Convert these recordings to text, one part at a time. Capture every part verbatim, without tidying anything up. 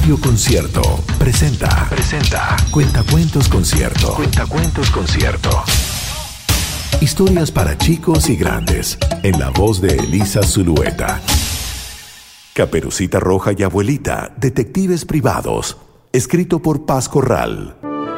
Radio Concierto presenta, presenta Cuentacuentos Concierto. Cuentacuentos Concierto. Historias para chicos y grandes, en la voz de Elisa Zulueta. Caperucita Roja y Abuelita, detectives privados. Escrito por Paz Corral.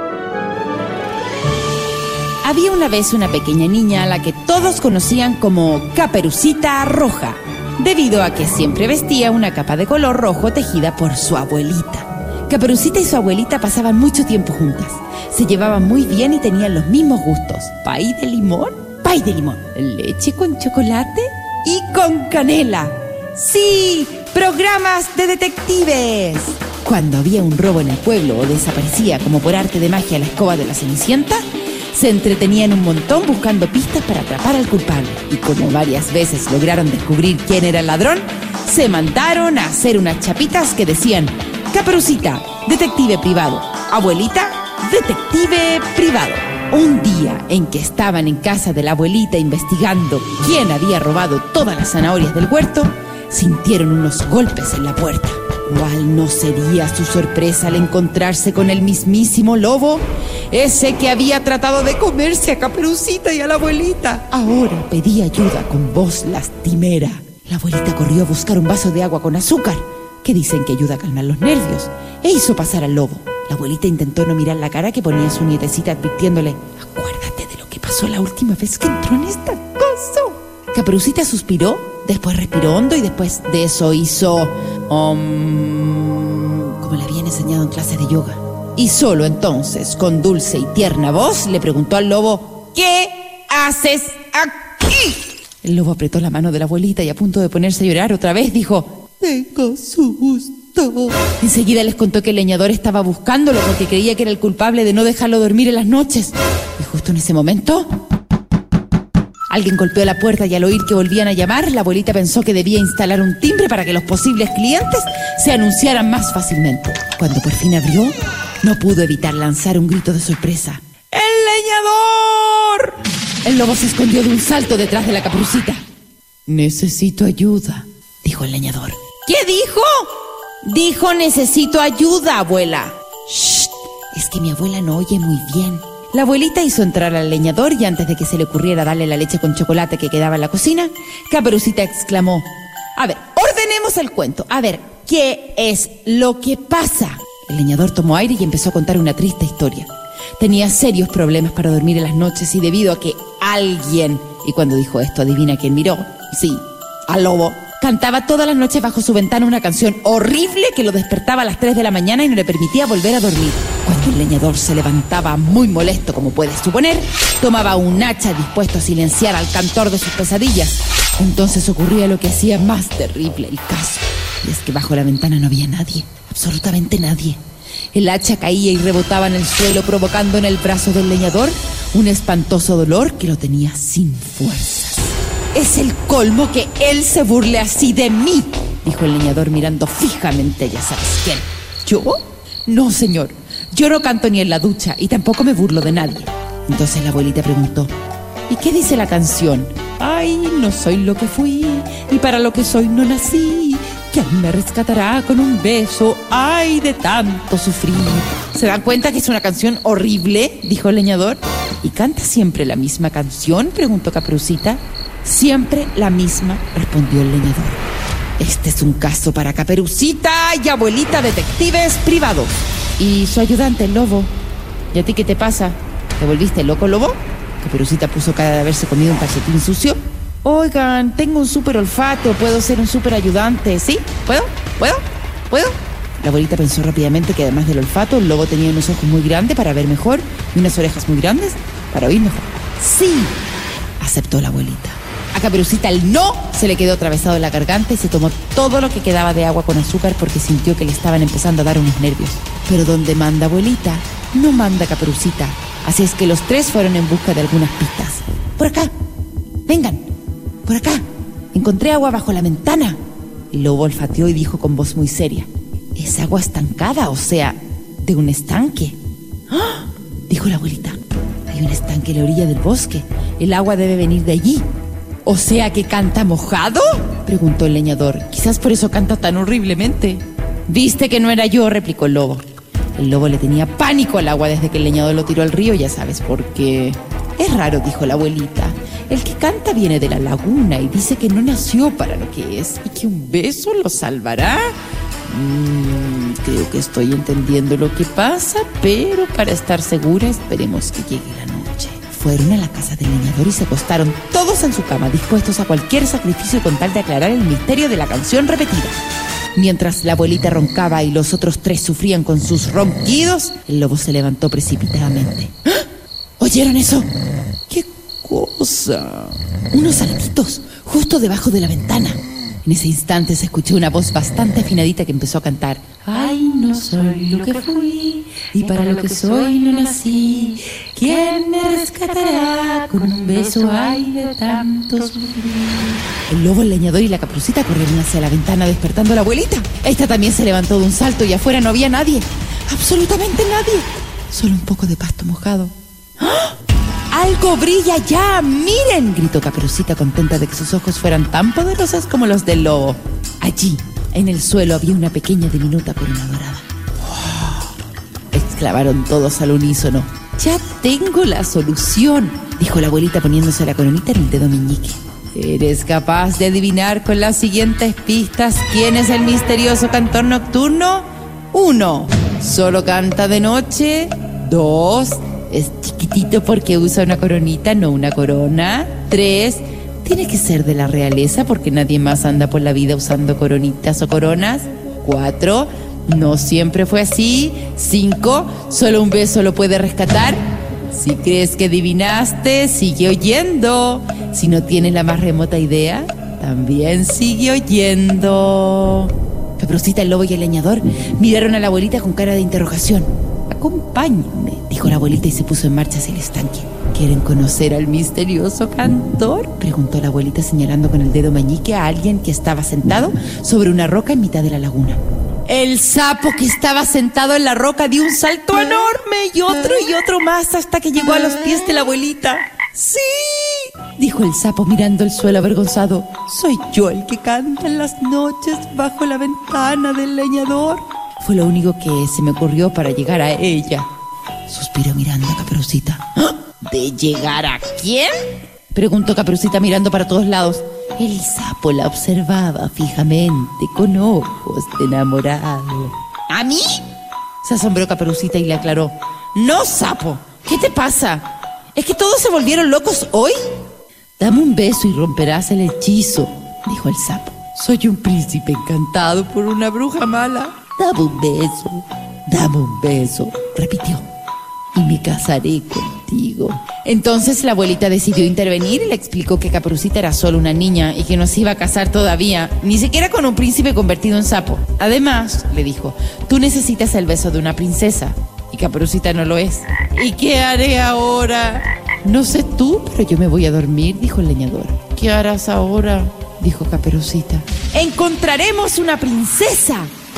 Había una vez una pequeña niña a la que todos conocían como Caperucita Roja, debido a que siempre vestía una capa de color rojo tejida por su abuelita. Caperucita y su abuelita pasaban mucho tiempo juntas. Se llevaban muy bien y tenían los mismos gustos. Pay de limón, pay de limón, leche con chocolate y con canela. ¡Sí! ¡Programas de detectives! Cuando había un robo en el pueblo o desaparecía como por arte de magia la escoba de la Cenicienta, se entretenían un montón buscando pistas para atrapar al culpable. Y como varias veces lograron descubrir quién era el ladrón, se mandaron a hacer unas chapitas que decían: Caperucita, detective privado. Abuelita, detective privado. Un día en que estaban en casa de la abuelita investigando quién había robado todas las zanahorias del huerto, sintieron unos golpes en la puerta. ¿Cuál no sería su sorpresa al encontrarse con el mismísimo lobo? Ese que había tratado de comerse a Caperucita y a la abuelita. Ahora pedía ayuda con voz lastimera. La abuelita corrió a buscar un vaso de agua con azúcar, que dicen que ayuda a calmar los nervios, e hizo pasar al lobo. La abuelita intentó no mirar la cara que ponía su nietecita, advirtiéndole: acuérdate de lo que pasó la última vez que entró en esta casa. Caperucita suspiró, después respiró hondo y después de eso hizo... Um, como le habían enseñado en clases de yoga. Y solo entonces, con dulce y tierna voz, le preguntó al lobo: ¿qué haces aquí? El lobo apretó la mano de la abuelita y, a punto de ponerse a llorar otra vez, dijo: tengo susto. Enseguida les contó que el leñador estaba buscándolo porque creía que era el culpable de no dejarlo dormir en las noches. Y justo en ese momento, alguien golpeó la puerta y al oír que volvían a llamar, la abuelita pensó que debía instalar un timbre para que los posibles clientes se anunciaran más fácilmente. Cuando por fin abrió, no pudo evitar lanzar un grito de sorpresa: ¡el leñador! El lobo se escondió de un salto detrás de la Caperucita. Necesito ayuda, dijo el leñador. ¿Qué dijo? Dijo: necesito ayuda, abuela. Shh, es que mi abuela no oye muy bien. La abuelita hizo entrar al leñador y antes de que se le ocurriera darle la leche con chocolate que quedaba en la cocina, Caperucita exclamó: a ver, ordenemos el cuento. A ver, ¿qué es lo que pasa? El leñador tomó aire y empezó a contar una triste historia. Tenía serios problemas para dormir en las noches y debido a que alguien, y cuando dijo esto, adivina quién miró. Sí, al lobo. Cantaba todas las noches bajo su ventana una canción horrible que lo despertaba a las tres de la mañana y no le permitía volver a dormir. Cuando el leñador se levantaba muy molesto, como puedes suponer, tomaba un hacha dispuesto a silenciar al cantor de sus pesadillas. Entonces ocurría lo que hacía más terrible el caso. Y es que bajo la ventana no había nadie, absolutamente nadie. El hacha caía y rebotaba en el suelo, provocando en el brazo del leñador un espantoso dolor que lo tenía sin fuerzas. Es el colmo que él se burle así de mí, dijo el leñador mirando fijamente, ya sabes quién. ¿Yo? No, señor. Yo no canto ni en la ducha y tampoco me burlo de nadie. Entonces la abuelita preguntó: ¿y qué dice la canción? Ay, no soy lo que fui y para lo que soy no nací. ¿Quién me rescatará con un beso? Ay, de tanto sufrir. ¿Se dan cuenta que es una canción horrible? Dijo el leñador. ¿Y canta siempre la misma canción?, preguntó Caperucita. Siempre la misma, respondió el leñador. Este es un caso para Caperucita y abuelita detectives privados. Y su ayudante, el lobo. ¿Y a ti qué te pasa? ¿Te volviste loco, lobo? Caperucita puso cara de haberse comido un calcetín sucio. Oigan, tengo un súper olfato, puedo ser un súper ayudante, ¿sí? ¿Puedo? ¿Puedo? ¿Puedo? La abuelita pensó rápidamente que además del olfato, el lobo tenía unos ojos muy grandes para ver mejor y unas orejas muy grandes para oír mejor. ¡Sí!, aceptó la abuelita. A Caperucita el no se le quedó atravesado en la garganta y se tomó todo lo que quedaba de agua con azúcar porque sintió que le estaban empezando a dar unos nervios. Pero donde manda abuelita, no manda Caperucita. Así es que los tres fueron en busca de algunas pistas. Por acá, vengan, por acá, encontré agua bajo la ventana. El lobo olfateó y dijo con voz muy seria: es agua estancada, o sea, de un estanque. ¡Ah!, dijo la abuelita. Hay un estanque en la orilla del bosque. El agua debe venir de allí. ¿O sea que canta mojado?, preguntó el leñador. Quizás por eso canta tan horriblemente. Viste que no era yo, replicó el lobo. El lobo le tenía pánico al agua desde que el leñador lo tiró al río, ya sabes por qué. Es raro, dijo la abuelita. El que canta viene de la laguna y dice que no nació para lo que es y que un beso lo salvará. Mm, creo que estoy entendiendo lo que pasa, pero para estar segura esperemos que llegue la noche. Fueron a la casa del leñador y se acostaron todos en su cama, dispuestos a cualquier sacrificio con tal de aclarar el misterio de la canción repetida. Mientras la abuelita roncaba y los otros tres sufrían con sus ronquidos, el lobo se levantó precipitadamente. ¡Ah! ¿Oyeron eso? ¿Qué cosa? Unos saltitos justo debajo de la ventana. En ese instante se escuchó una voz bastante afinadita que empezó a cantar. Ay, no soy lo que fui, y para lo que soy no nací. ¿Quién me rescatará? Con un beso hay de tantos sufrir. El lobo, el leñador y la Caperucita corrieron hacia la ventana despertando a la abuelita. Esta también se levantó de un salto y afuera no había nadie. Absolutamente nadie. Solo un poco de pasto mojado. ¡Ah! ¡Algo brilla ya! ¡Miren!, gritó Caperucita, contenta de que sus ojos fueran tan poderosos como los del lobo. Allí, en el suelo, había una pequeña diminuta corona dorada. ¡Oh! Exclamaron todos al unísono. ¡Ya tengo la solución!, dijo la abuelita poniéndose la coronita en el dedo meñique. ¿Eres capaz de adivinar con las siguientes pistas quién es el misterioso cantor nocturno? Uno, solo canta de noche. Dos, es chiquitito porque usa una coronita, no una corona. Tres, tiene que ser de la realeza porque nadie más anda por la vida usando coronitas o coronas. Cuatro, no siempre fue así. Cinco, solo un beso lo puede rescatar. Si crees que adivinaste, sigue oyendo. Si no tienes la más remota idea, también sigue oyendo. Caperucita, el lobo y el leñador miraron a la abuelita con cara de interrogación. Acompáñenme, dijo la abuelita y se puso en marcha hacia el estanque. ¿Quieren conocer al misterioso cantor?, preguntó la abuelita señalando con el dedo meñique a alguien que estaba sentado sobre una roca en mitad de la laguna. El sapo que estaba sentado en la roca dio un salto enorme y otro y otro más hasta que llegó a los pies de la abuelita. ¡Sí!, dijo el sapo mirando el suelo avergonzado. Soy yo el que canta en las noches bajo la ventana del leñador. Fue lo único que se me ocurrió para llegar a ella. Suspiró mirando a Caperucita. ¿Ah? ¿De llegar a quién?, preguntó Caperucita mirando para todos lados. El sapo la observaba fijamente con ojos de enamorado. ¿A mí?, se asombró Caperucita y le aclaró. No, sapo, ¿qué te pasa? ¿Es que todos se volvieron locos hoy? Dame un beso y romperás el hechizo, dijo el sapo. Soy un príncipe encantado por una bruja mala. Dame un beso, dame un beso, repitió, y me casaré contigo. Entonces la abuelita decidió intervenir y le explicó que Caperucita era solo una niña y que no se iba a casar todavía, ni siquiera con un príncipe convertido en sapo. Además, le dijo, tú necesitas el beso de una princesa, y Caperucita no lo es. ¿Y qué haré ahora? No sé tú, pero yo me voy a dormir, dijo el leñador. ¿Qué harás ahora?, dijo Caperucita. ¡Encontraremos una princesa!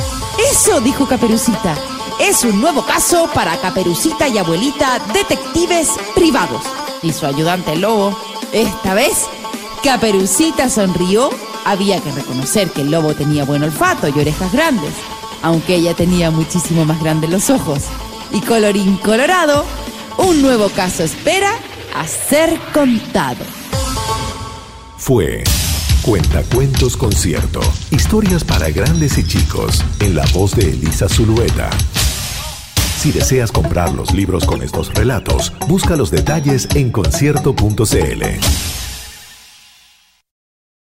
Eso, dijo Caperucita. Es un nuevo caso para Caperucita y abuelita, detectives privados. Y su ayudante el lobo. Esta vez, Caperucita sonrió. Había que reconocer que el lobo tenía buen olfato y orejas grandes, aunque ella tenía muchísimo más grandes los ojos. Y colorín colorado, un nuevo caso espera a ser contado. Fue Cuentacuentos Concierto. Historias para grandes y chicos, en la voz de Elisa Zulueta. Si deseas comprar los libros con estos relatos, busca los detalles en concierto punto c l.